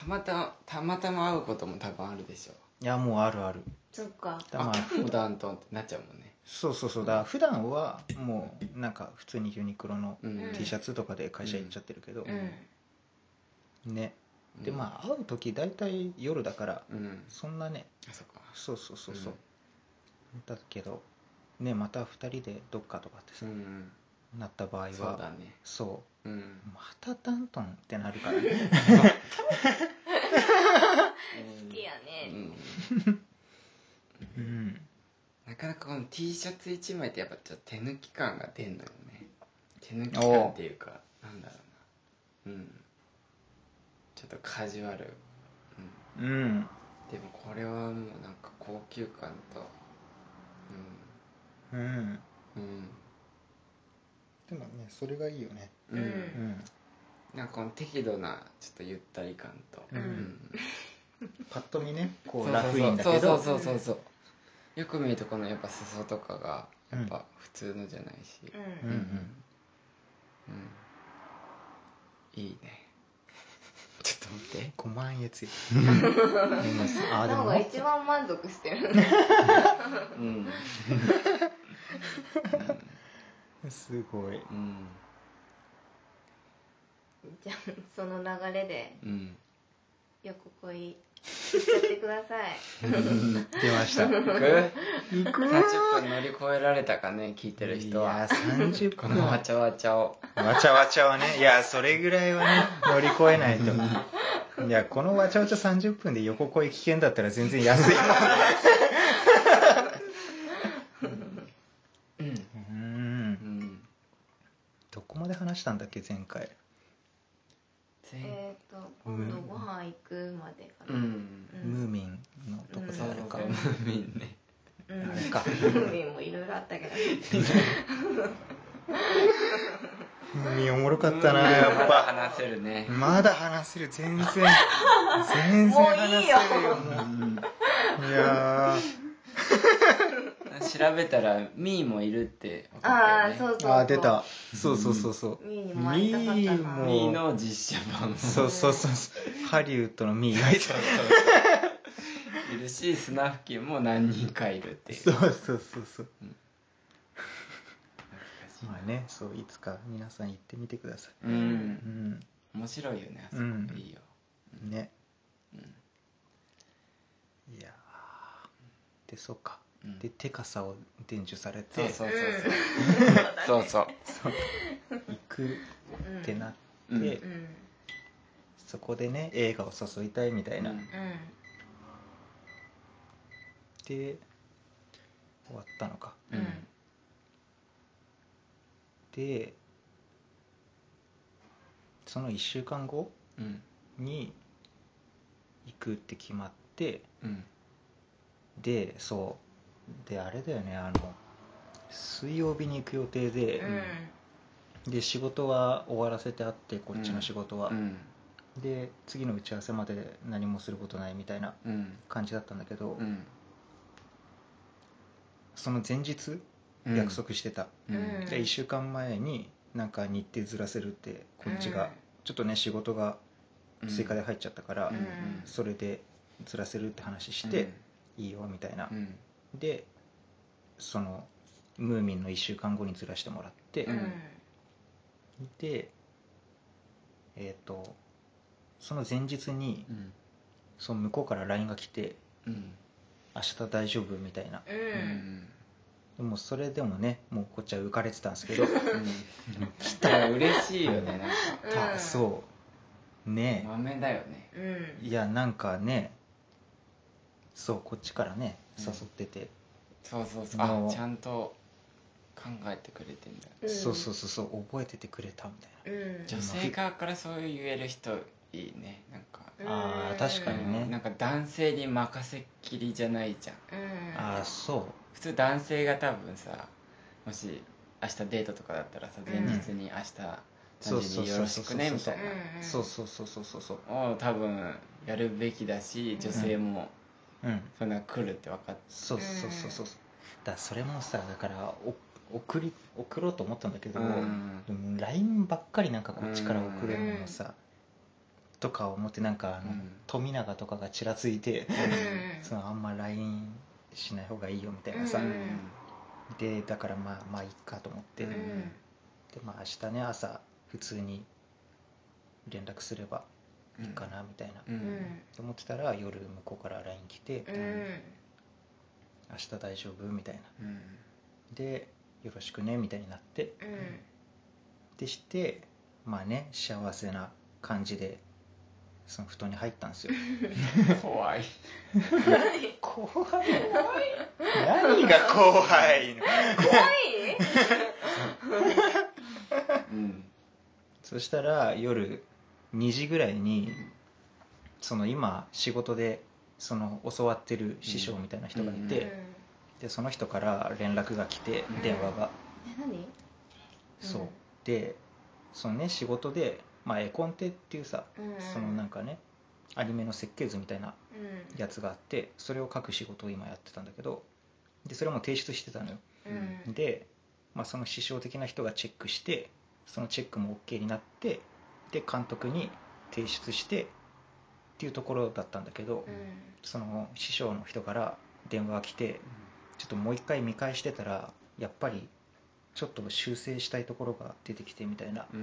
たまたま会うことも多分あるでしょ。 いやもうあるある。 そっか。 今日もダウントンってなっちゃうもんね。 そうそうそう。だから普段はもうなんか普通にユニクロの T シャツとかで会社行っちゃってるけど、ね。でまあ会う時大体夜だから、そんなね。 あ、そっか。 そうそうそうそう。だけどね、また2人でどっかとかってさ、なった場合はそうだね。 そう、またダントンってなるからね。 好きやね。 なかなかこの T シャツ1枚ってやっぱちょっと手抜き感が出んのよね。手抜き感っていうか、なんだろうな、ちょっとカジュアル。でもこれはもうなんか高級感と、 でもね、それがいいよね。 なんかこの適度なちょっとゆったり感と、 パッと見ね、こうラフいんだけど、 そうよく見るとこのやっぱ裾とかがやっぱ普通のじゃないし、いいね。ちょっと待って、 5万円ついなんか一番満足してる。 すごい。 じゃあその流れで横恋しちゃってください。 出ました。行く 30分乗り越えられたかね、聞いてる人は。 いや30分このわちゃわちゃを。 わちゃわちゃはね、いやそれぐらいはね乗り越えないと。いやこのわちゃわちゃ30分で横恋危険だったら全然安いもんね。どこまで話したんだっけ前回。 今度ご飯行くまでかな。 ムーミンのとこであるか。 ムーミンね。 あれか。 ムーミンもいろいろあったけど。 ムーミンおもろかったな、やっぱ。 まだ話せるね。 まだ話せる、全然話せるよ。もういいよ。いや調べたらミーもいるって分かったよね。 そう出た。そうミーにも会いたかったな。 ミーの実写版もそうハリウッドのミーがいた。 いるし、スナフキンも何人かいるっていう。 そうまあね、そういつか皆さん行ってみてください。 面白いよね、あそこ。いいよね。いやで、そうか。でテカサを伝授されて、 そう行くってなって、そこでね映画を誘いたいみたいな、で終わったのか。でその1週間後に行くって決まって、でそうであれだよね、水曜日に行く予定で、で仕事は終わらせてあって、こっちの仕事は、で次の打ち合わせまで何もすることないみたいな感じだったんだけど、その前日約束してた、で1週間前になんか日程ずらせるってこっちが、ちょっとね仕事が追加で入っちゃったから、それでずらせるって話して、いいよみたいな、でそのムーミンの1週間後にずらしてもらって、でその前日に、その向こうから LINE が来て、明日大丈夫みたいな、でもそれでもね、もうこっちは浮かれてたんですけど、 来たら嬉しいよね、なんか。 そうね、 豆だよね。 いやなんかね、そうこっちからね誘ってて、 そうちゃんと考えてくれてんだよ。 そう覚えててくれたみたいな、 女性側からそう言える人いいね、なんか。 確かにね、 なんか男性に任せっきりじゃないじゃん。 そう普通男性が多分さ、もし明日デートとかだったらさ、前日に明日何時によろしくねみたいな、 そうを多分やるべきだし、女性もそんな来るって分かって、 そうだ、それもさ、だから送ろうと思ったんだけど、でも LINE ばっかりなんかこっちから送るのもさ、 とか思ってなんか富永とかがちらついて、そのあんま LINE しない方がいいよみたいなさ、でだからまあいいかと思って、でまあ明日ね朝普通に連絡すればいいかなみたいな、と思ってたら夜向こうから LINE 来て、明日大丈夫みたいな、でよろしくねみたいになって、でしてまあね幸せな感じでその布団に入ったんですよ。 怖い怖い何が怖いの怖いそしたら夜2時ぐらいにその今仕事でその教わってる師匠みたいな人がいて、でその人から連絡が来て、電話が何そうでそのね仕事で、まあ、絵コンテっていうさ、そのなんかねアニメの設計図みたいなやつがあって、それを書く仕事を今やってたんだけど、でそれも提出してたのよ、で、まあ、その師匠的な人がチェックして、そのチェックも OK になって、で監督に提出してっていうところだったんだけど、その師匠の人から電話が来て、ちょっともう一回見返してたらやっぱりちょっと修正したいところが出てきてみたいな、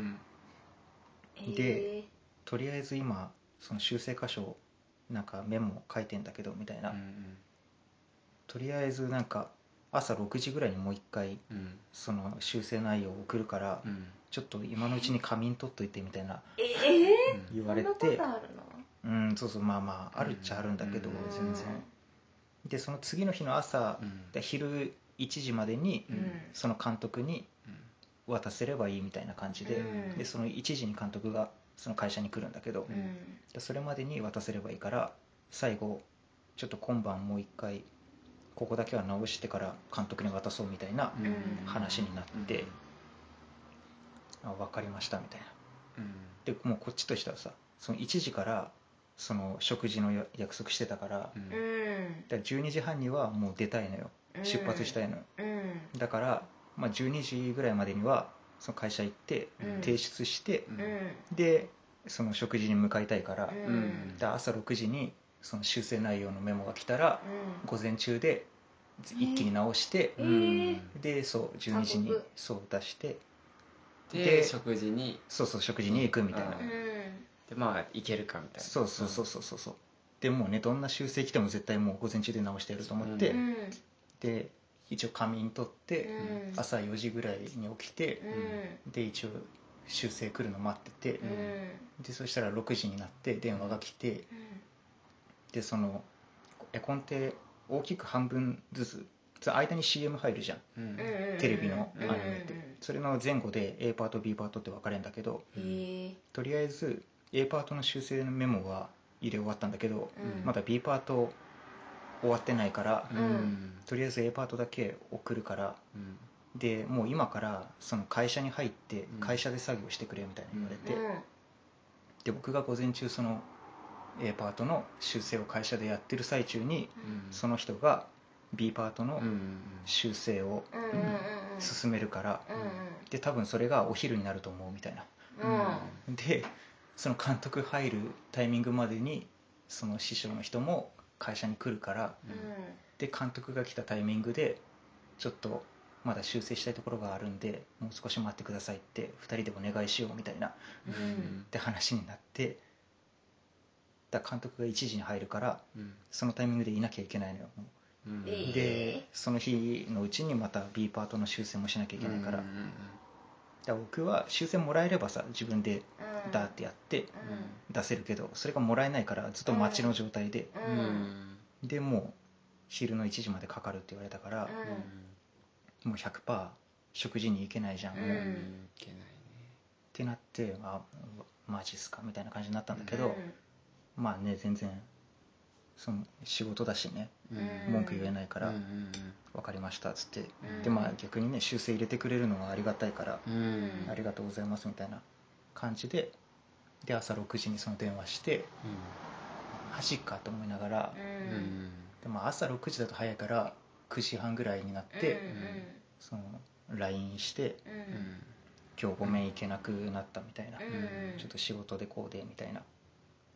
でとりあえず今その修正箇所なんかメモ書いてんだけどみたいな、とりあえずなんか朝6時ぐらいにもう一回その修正内容を送るから、ちょっと今のうちに仮眠取っといてみたいな言われて、 そんなことあるの？ そうそう、まあまああるっちゃあるんだけど、全然でその次の日の朝、昼1時までにその監督に渡せればいいみたいな感じで、でその1時に監督がその会社に来るんだけど、それまでに渡せればいいから最後ちょっと今晩もう一回ここだけは直してから監督に渡そうみたいな話になって、分かりましたみたいな、でもうこっちとしてはさその1時からその食事の約束してたから、だから12時半にはもう出たいのよ、出発したいのよ、だから、まあ、12時ぐらいまでにはその会社行って提出して、でその食事に向かいたいから、で朝6時にその修正内容のメモが来たら、午前中で一気に直して、でそう12時にそう出して、 で食事に食事に行くみたいな、 でまあいけるかみたいな、 そうでもうねどんな修正来ても絶対もう午前中で直してやると思って、で一応仮眠取って、朝4時ぐらいに起きて、で一応修正来るの待ってて、でそしたら6時になって電話が来て、でその絵コンテ大きく半分ずつ間に CM 入るじゃん、テレビのアニメって、それの前後で A パート B パートって分かれるんだけど、とりあえず A パートの修正のメモは入れ終わったんだけど、まだ B パート終わってないから、とりあえず A パートだけ送るから、でもう今からその会社に入って会社で作業してくれみたいに言われて、で僕が午前中その A パートの修正を会社でやってる最中に、その人が B パートの修正を進めるから、で多分それがお昼になると思うみたいな、でその監督入るタイミングまでにその師匠の人も会社に来るから、で監督が来たタイミングでちょっとまだ修正したいところがあるんでもう少し待ってくださいって2人でお願いしようみたいな、って話になって、だ監督が1時に入るから、そのタイミングでいなきゃいけないのよ、でその日のうちにまた B パートの修正もしなきゃいけないから、だから僕は修正もらえればさ自分でダーってやって出せるけど、それがもらえないからずっと待ちの状態で、でもう昼の1時までかかるって言われたから、もう 100% 食事に行けないじゃん、もういけないねってなって、マジっすかみたいな感じになったんだけど、まあね全然その仕事だしね、文句言えないから分かりましたっつって、でまあ逆にね修正入れてくれるのはありがたいから、ありがとうございますみたいな感じで、で朝6時にその電話して、走っかと思いながら、でも朝6時だと早いから9時半ぐらいになって、その LINE して、今日ごめん行けなくなったみたいな、ちょっと仕事でこうでみたいな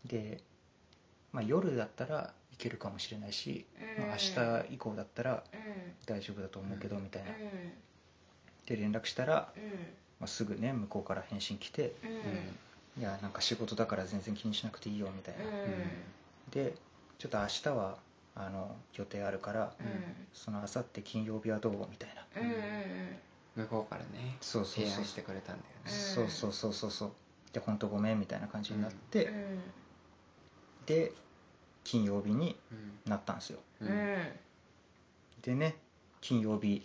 で、夜だったらいけるかもしれないし、明日以降だったら大丈夫だと思うけどみたいな、で連絡したら、すぐね向こうから返信来て、いやなんか仕事だから全然気にしなくていいよみたいな、でちょっと明日は予定あるから、その明後日金曜日はどうみたいな、 向こうからね提案してくれたんだよね。 そうで本当ごめんみたいな感じになって、で金曜日になったんですよ、でね金曜日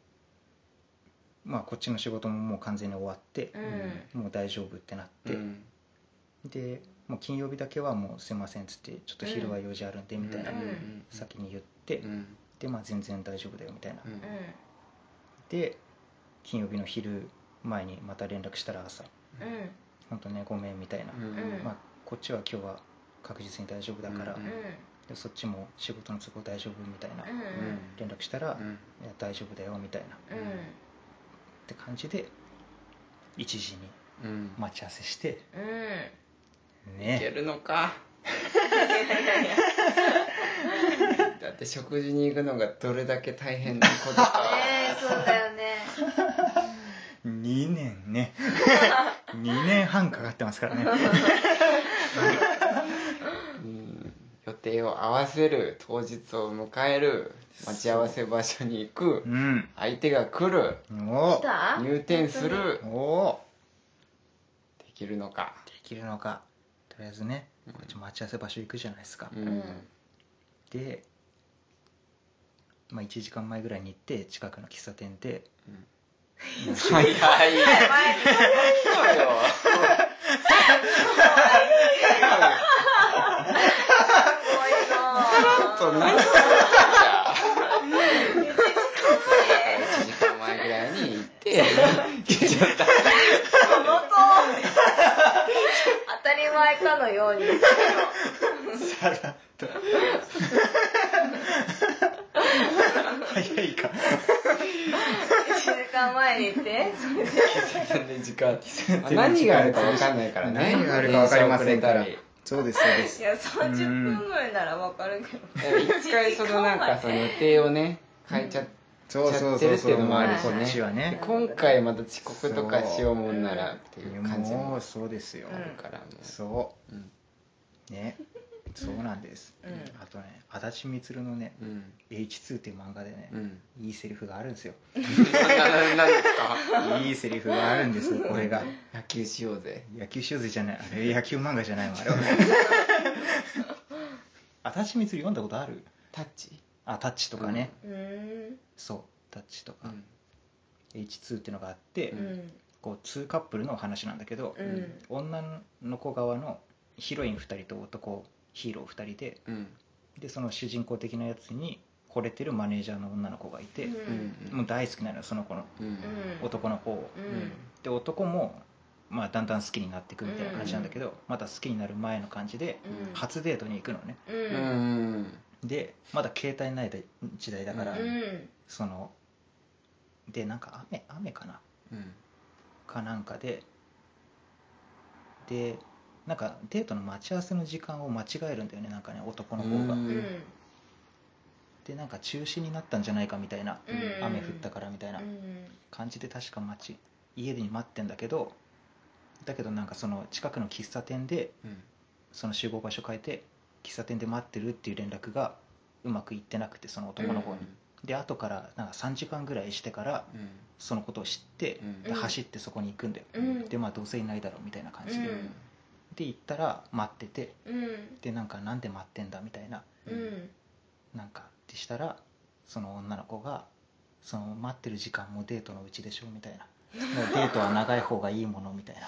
こっちの仕事ももう完全に終わって、もう大丈夫ってなって、でもう金曜日だけはもうすいませんっつってちょっと昼は用事あるんでみたいな、先に言って、で全然大丈夫だよみたいな、で金曜日の昼前にまた連絡したら朝、本当ねごめんみたいな、こっちは今日は確実に大丈夫だから、でそっちも仕事の都合大丈夫みたいな、連絡したら、いや大丈夫だよみたいな、って感じで1時に待ち合わせして、 いけるのかだって食事に行くのがどれだけ大変なことかそうだよね 2年ね2年半かかってますからね予定を合わせる、当日を迎える、待ち合わせ場所に行く、相手が来る、入店する、できるのかとりあえずね、こっち待ち合わせ場所行くじゃないですか、で、1時間前ぐらいに行って近くの喫茶店で、 早いよと何1時間前ぐらいに行ってその通り当たり前かのようにさらっと早いか 1時間前に行って何があるか分かんないからね。 何があるか分かりませんから。そうですいや30分前なら分かるけど一回そのなんかその予定をね変えちゃってるっていうのもあるしね。今回また遅刻とかしようもんならっていう感じもそうですよあるからもうそうねそうなんです、あとね足立みつるのね、H2 っていう漫画でね、いいセリフがあるんですよ何ですかいいセリフがあるんですよこれが野球しようぜじゃないあれ野球漫画じゃないもんあれは足立みつる読んだことある？ タッチタッチとかね、そうタッチとか、H2 っていうのがあって、こう2カップルの話なんだけど、女の子側のヒロイン2人と男ヒーロー2人で、でその主人公的なやつに惚れてるマネージャーの女の子がいて、もう大好きなのよその子の、男の子を、で男もだんだん好きになっていくみたいな感じなんだけど、まだ好きになる前の感じで、初デートに行くのね、でまだ携帯ない時代だから、そのでなんか雨かな、かなんかでなんかデートの待ち合わせの時間を間違えるんだよね、なんかね男の方が、でなんか中止になったんじゃないかみたいな、雨降ったからみたいな感じで確か家でに待ってんだけどなんかその近くの喫茶店で、その集合場所変えて喫茶店で待ってるっていう連絡がうまくいってなくて、その男の方に、で後からなんか3時間ぐらいしてから、そのことを知って、で走ってそこに行くんだよ、でどうせいないだろうみたいな感じで、で行ったら待ってて、でなんで待ってんだみたいな、なんかってしたらその女の子がその待ってる時間もデートのうちでしょみたいな、もうデートは長い方がいいものみたいな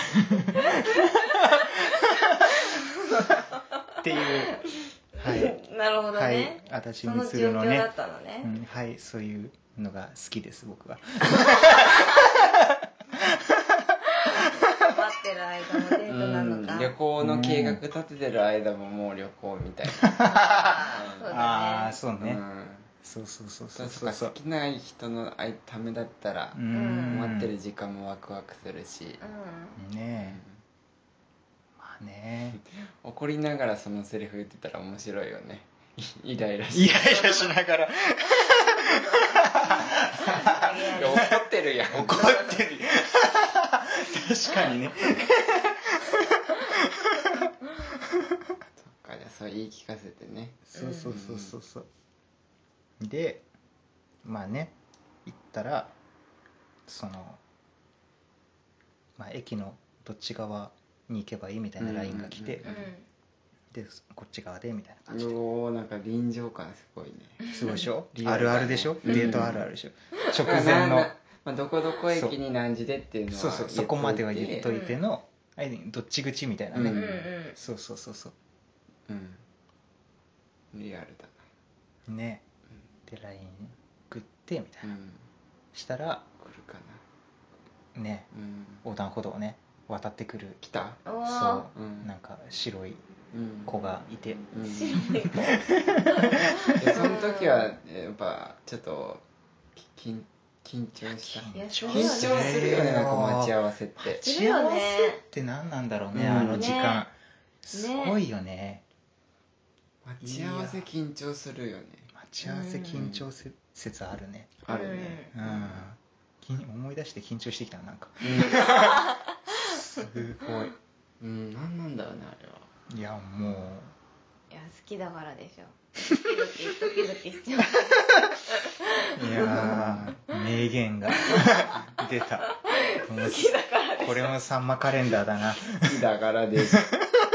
っていうなるほどね、 足立みつるのね、 その状況だったのね、 そういうのが好きです僕は待ってる間もデートなのか、 旅行の計画立ててる間ももう旅行みたいなそうね、そう好きな人のためだったら待ってる時間もワクワクするし、 ねえあね怒りながらそのセリフ言ってたら面白いよね。イライライライラしながら怒ってるやん。 怒ってる確かにねそっか、じゃあそう言い聞かせてね。 そうでまあね行ったらそのまあ駅のどっち側に行けばいいみたいなラインが来て、でこっち側でみたいな感じで、 おー、なんか臨場感すごいね。 すごいでしょ、 リアルだねあるあるでしょ、デートあるあるでしょ、直前のまあ、どこどこ駅に何時でっていうのはそうそこまでは言っといての、どっち口みたいなね、そうリアルだね、で LINE 送ってみたいな、したら来るかなね、横断歩道をね渡ってくる来たそう、なんか白い子がいて、 白い子でその時はやっぱちょっと緊張した。緊張するよね、なんか待ち合わせって。 待ち合わせって何なんだろうね、あの時間、ね、すごいよね。 待ち合わせ緊張するよね。 待ち合わせ緊張説あるね。 あるね。 思い出して緊張してきたなんか。すごい。 何なんだろうね、あれは。 いやもう。 いや好きだからでしょ。ドキドキしちゃう。 いや名言が出た。 好きだからでしょ。 これもさんまカレンダーだな。 好きだからでしょ。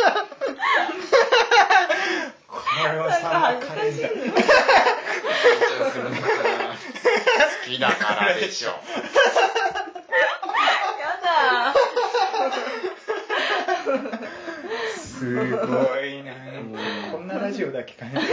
これもさんまカレンダー。緊張するのかな。好きだからでしょ。 やだ。 すごいな。こんなラジオだけかね。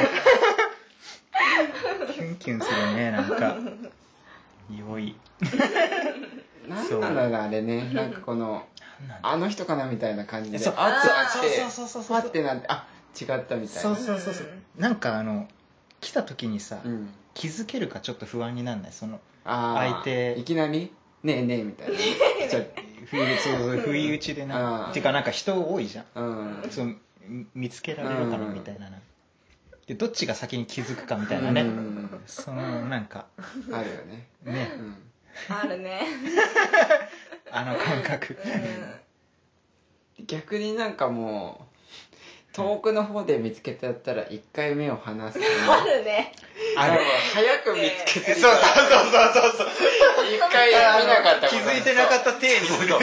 キュンキュンするね、なんか。良い。 なんなんだろうあれね、なんかこのあの人かなみたいな感じで、 そうあってなってそうってなって、あ、違ったみたいな。 そうなんか来た時にさ、気づけるかちょっと不安になんない、その相手いきなりねえねえみたいな不意打ちでなっていうか、なんか人多いじゃん、そう見つけられるかなみたいな、でどっちが先に気づくかみたいなね、そのなんかあるよね。 ね、 あるね。 あの感覚。 逆になんかもう遠くの方で見つけてやったら一回目を離す。 あるね。 早く見つけてそう一回見なかった気づいてなかった体にする。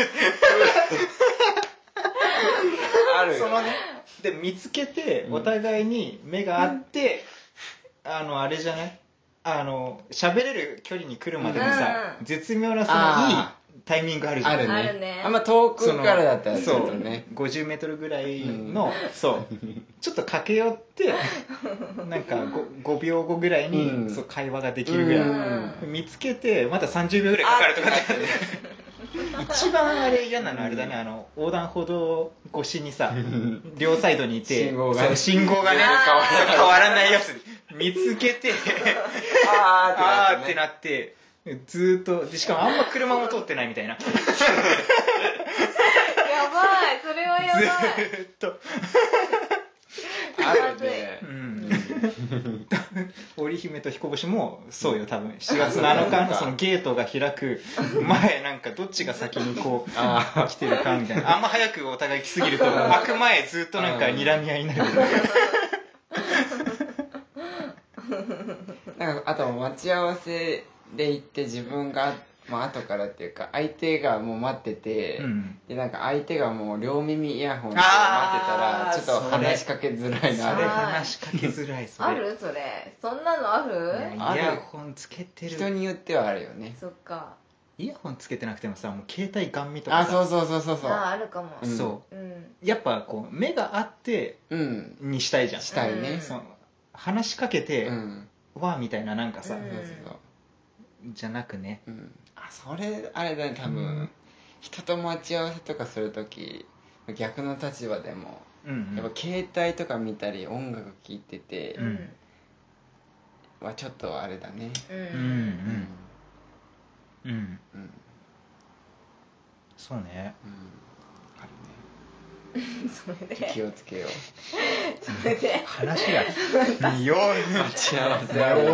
ある。 そのね、で見つけてお互いに目が合って、あれじゃない、喋れる距離に来るまでのさ、絶妙なそのいいタイミングあるじゃん。 あるね。あんま遠くからだったらちょっとね、 50メートルぐらいの、そうちょっと駆け寄ってなんか 5秒後ぐらいにそう会話ができるぐらい、見つけてまた30秒ぐらいかかるとかって一番あれ嫌なのあれだね、横断歩道越しにさ両サイドにいて信号がね変わらないやつ見つけてあーってなって、ずーっとでしかもあんま車も通ってないみたいな。やばい、 それはやばい。 ずーっとあるね。 織姫と彦星もそうよ、多分4月7日のそのゲートが開く前、なんかどっちが先にこう来てるかみたいな、あんま早くお互い来すぎると開く前ずっとなんか睨み合いになる。 なんかあと待ち合わせで行って自分が後からっていうか相手がもう待ってて、でなんか相手がもう両耳イヤホンで待ってたらちょっと話しかけづらいな。 それ話しかけづらい。それある？それそんなのある？ イヤホンつけてる人によってはあるよね。 そっか。 イヤホンつけてなくてもさ、もう携帯ガン見とかさ、 そうあるかも。 そうやっぱこう目が合ってにしたいじゃん。 したいね。 話しかけてわーみたいな、なんかさ、じゃなくね。 それあれだね、多分人と待ち合わせとかするとき逆の立場でもやっぱ携帯とか見たり音楽聴いててはちょっとあれだね。 そうね。 あるね。 それで気をつけよう。 それで話がよ待ち合わせある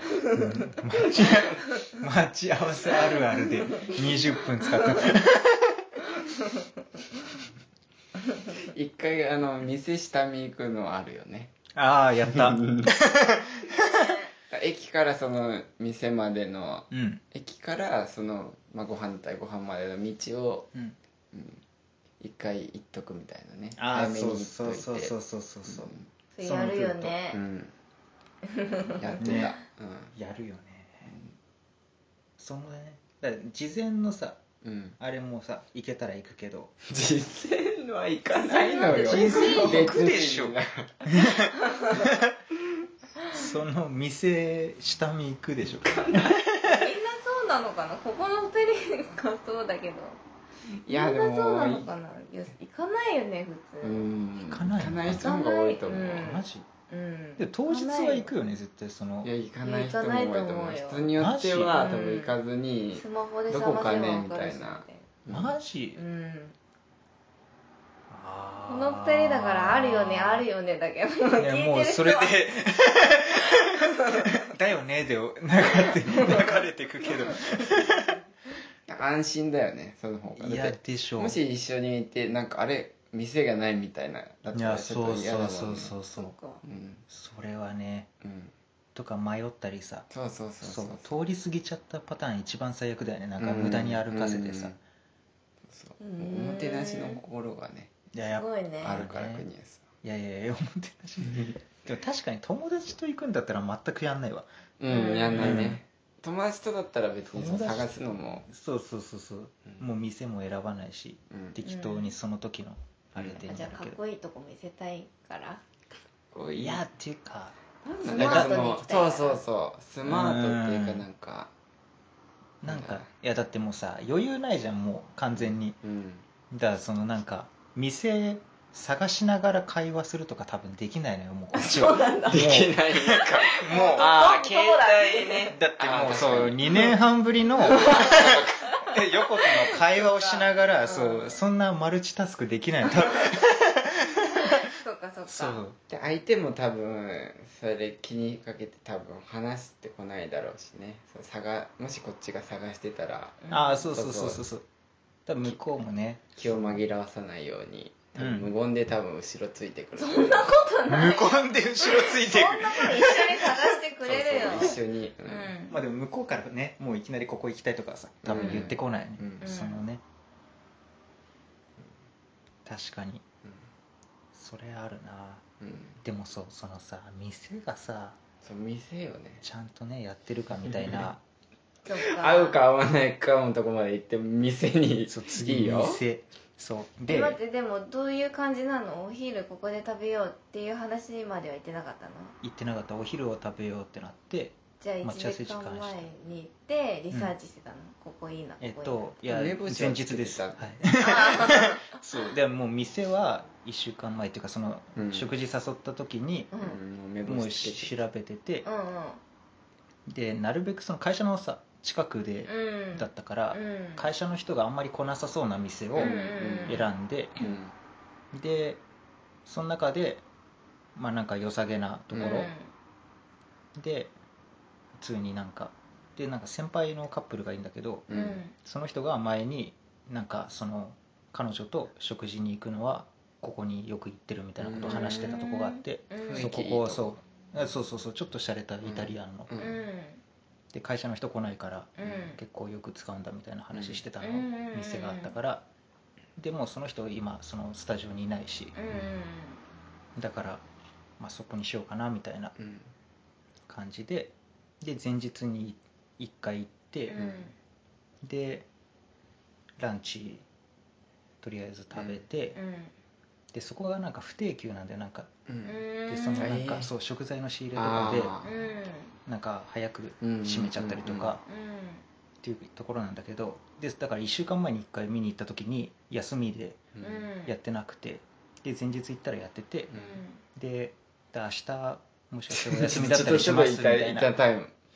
待ち合わせあるあるで20分使った一回店下見行くのあるよね。 ああやった駅からその店までの、駅からその、ご飯対ご飯までの道を、一回行っとくみたいなね。 ああ早めに行っといて。 そう、 それやるよね。 やってた。 やるよね。そのね、だから事前のさ、あれもさ行けたら行くけど、 実践は行かないのよ。 実践行くでしょ。その店下見行くでしょ。 みんなそうなのかな。ここの2人がそうだけど、 いやでもそうなのかな。行かないよね普通。 行かない人の方が多いと思う。 マジ？で当日は行くよね絶対。そのいや行かない人も多いと思う。人によっては多分行かずに、 スマホでどこかねみたいな。 マジ？ この2人だからあるよねあるよねだけど、聞いてる人はもうそれでだよねで流れてくけど安心だよねその方が。 いやでしょう。 もし一緒にいてなんかあれ店がないみたいなだったらちょっと嫌だもんね。 そうそれはね、とか迷ったりさ、 そう通り過ぎちゃったパターン一番最悪だよね。なんか無駄に歩かせてさ、 おもてなしの心がねすごいねあるから国安さん。 いやおもてなしでも確かに友達と行くんだったら全くやんないわ。 やんないね。友達とだったら別に探すのもそうもう店も選ばないし、適当にその時のあれで。 じゃあかっこいいとこ見せたいから。 いやっていうかスマートに行きたいから。 そうスマートっていうかなんかいやだってもうさ余裕ないじゃんもう完全に。だからそのなんか店探しながら会話するとか多分できないのよもうこっちは。 そうなんだ。 できないかもう携帯ね。 だってもうそう2年半ぶりの横との会話をしながらそんなマルチタスクできないの多分。 そうで相手も多分それ気にかけて多分話してこないだろうしね。もしこっちが探してたらそう多分向こうもね気を紛らわさないように多分無言で多分後ろついてくる。 そんなことない。 無言で後ろついてくる。 そんなこと一緒に探してくれるよ。 一緒に。 まあでも向こうからねもういきなりここ行きたいとかさ多分言ってこないね。そのね確かにそれあるな。でもそのさ店がさ店よねちゃんとねやってるかみたいな合うか合わないかのとこまで行って店にいいよ。 店で待ってでもどういう感じなの。お昼ここで食べようっていう話までは言ってなかったの。 言ってなかった。お昼を食べようってなってじゃあ1時間前に行ってリサーチしてたの、ここいいなここいいな。 いや前日です。そうでもう店は1週間前っていうかその食事誘った時にもう調べてて、でなるべくその会社のさ近くでだったから会社の人があんまり来なさそうな店を選んで、でその中でまあなんか良さげなところで普通になんか先輩のカップルがいいんだけど、その人が前になんかその彼女と食事に行くのはここによく行ってるみたいなことを話してたとこがあって、ここはそうちょっと洒落たイタリアンの、で会社の人来ないから結構よく使うんだみたいな話してたの店があったから、でもその人今そのスタジオにいないし、だからまあそこにしようかなみたいな感じで前日に1回行って、でランチとりあえず食べて、でそこがなんか不定休なんでなんか、でそのなんか食材の仕入れとかでなんか早く閉めちゃったりとかっていうところなんだけど、でだから1週間前に1回見に行った時に休みでやってなくて、で前日行ったらやってて、で明日もしかしたらお休みだったりしますみたいな。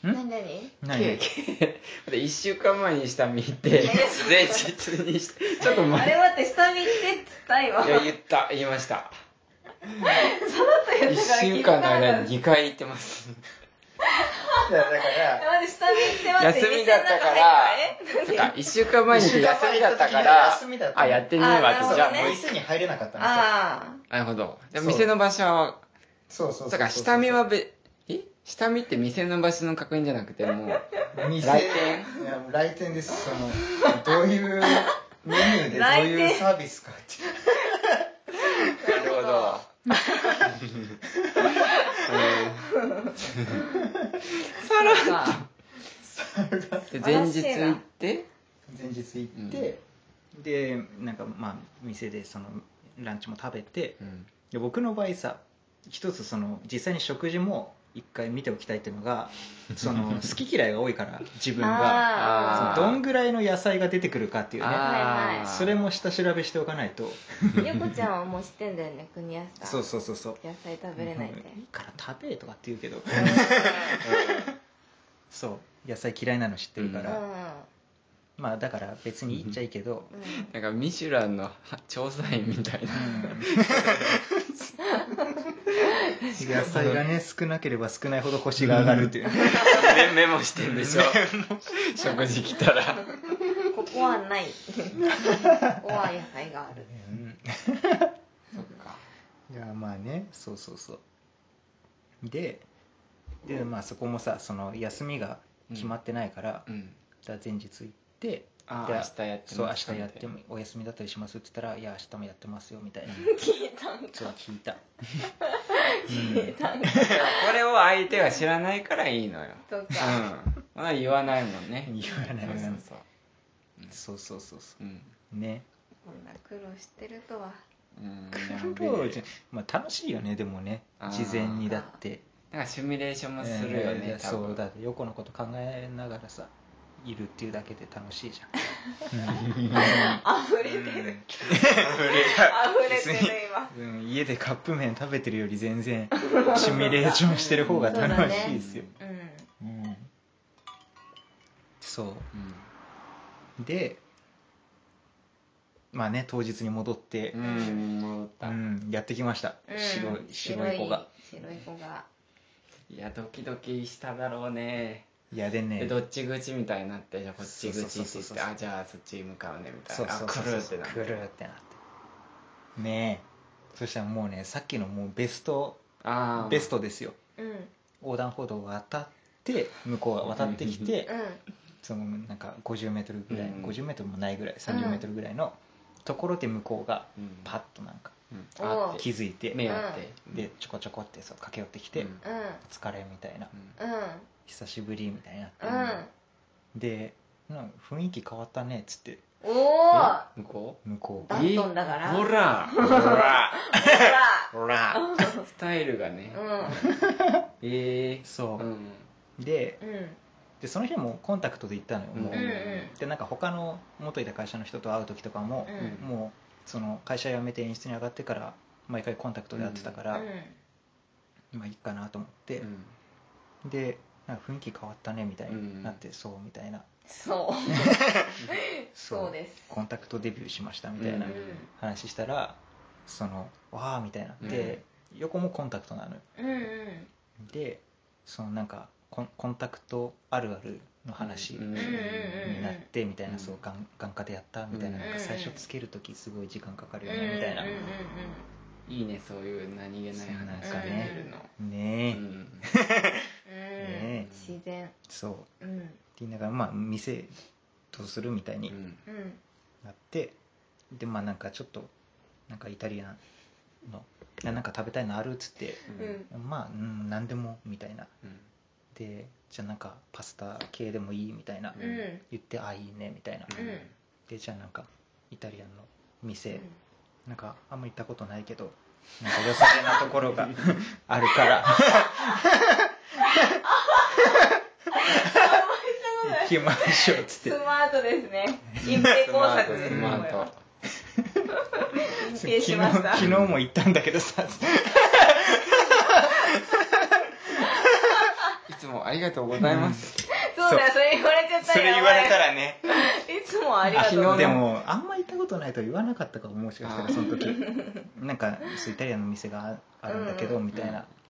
何 1週間前に下見て前日にしてちょっとあれ待って下見って言った今。 いや言いました。 そのとやつが 1週間の間に2回行ってます。 いやだから待って下見って待って休みだったからそっか1週間前に休みだったからあやってねえわってじゃあもう店に入れなかったんですよ。 なるほど。で店の場所はそうだから下見は下見って店の場所の確認じゃなくてもう来店。 いや来店です。どういうメニューでどういうサービスかってなるほど。さらっと前日行ってでなんかまあ店でそのランチも食べて、で僕の場合さ一つその実際に食事も一回見ておきたいっていうのがその好き嫌いが多いから自分がどんぐらいの野菜が出てくるかっていうね、それも下調べしておかないと。 よこちゃんはもう知ってんだよね、国安さん。 そう野菜食べれないって、 いいから食べとかって言うけどそう野菜嫌いなの知ってるから、まあだから別に言っちゃいいけど、 なんかミシュランの調査員みたいな、 野菜がね少なければ少ないほど腰が上がるっていうメモしてんでしょ食事来たらここはないここは野菜がある、 そっか。 いやまあねそうでまあそこもさその休みが決まってないから、じゃあ前日行って明日やってそう明日やってもお休みだったりしますって言ったらいや明日もやってますよみたいな聞いたんか。 そう聞いたこれを相手が知らないからいいのよ。 そうか、 まだ言わないもんね。 言わないそうね、 こんな苦労してるとは。 まあ楽しいよねでもね事前にだってなんかシミュレーションもするよね、多分。 そうだって横のこと考えながらさいるっていうだけで楽しいじゃん溢れてる今、 家でカップ麺食べてるより全然シミュレーションしてる方が楽しいですよ。そうでまあね当日に戻ってやってきました、白い子が。 いやドキドキしただろうね。 いやでねどっち口みたいになって、じゃあこっち口って言ってあじゃあそっち向かうねみたいな、来るってなってねえ。そしたらもうねさっきのもうベストですよ、横断歩道を渡って向こうが渡ってきて、そのなんか50メートルぐらい、50メートルもないぐらい30メートルぐらいのところで向こうがパッとなんか気づいて、 目合ってでちょこちょこってそう駆け寄ってきて、疲れみたいな、久しぶりみたいになって、で雰囲気変わったねっつって。 向こうダットンだからほらスタイルがね、 そうでその日もコンタクトで行ったのよもう、でなんか他の元いた会社の人と会う時とかも、もうその会社辞めて演出に上がってから毎回コンタクトで会ってたから、まあいいかなと思って、でなんか雰囲気変わったねみたいになって、そうみたいな、 そうですコンタクトデビューしましたみたいな話したら、そのわーみたいなで、横もコンタクトなのよ、でそのなんかコンタクトあるあるの話になってみたいな、そう眼科でやったみたいな、なんか最初つけるときすごい時間かかるよねみたいな、 いいねそういう何気ない話がね出るのね自然そうって言いながらまあ店どうするみたいになって、でまあなんかちょっとなんかイタリアンのなんか食べたいのあるっつって、まあ何でもみたいな、でじゃあなんかパスタ系でもいいみたいな、言ってあいいねみたいな、でじゃあなんかイタリアンの店、なんかあんま行ったことないけどなんか良さげなところがあるから行きましょうっつって。 スマートですね。隠蔽工作です。 スマート。 隠蔽しました。 昨日も行ったんだけどさ。 いつもありがとうございます。 そうだよ、それ言われちゃったらそれ言われたらね。 いつもありがとうございます。 でもあんま行ったことないと言わなかったかも、もしかしたらその時なんかイタリアンの店があるんだけどみたいな、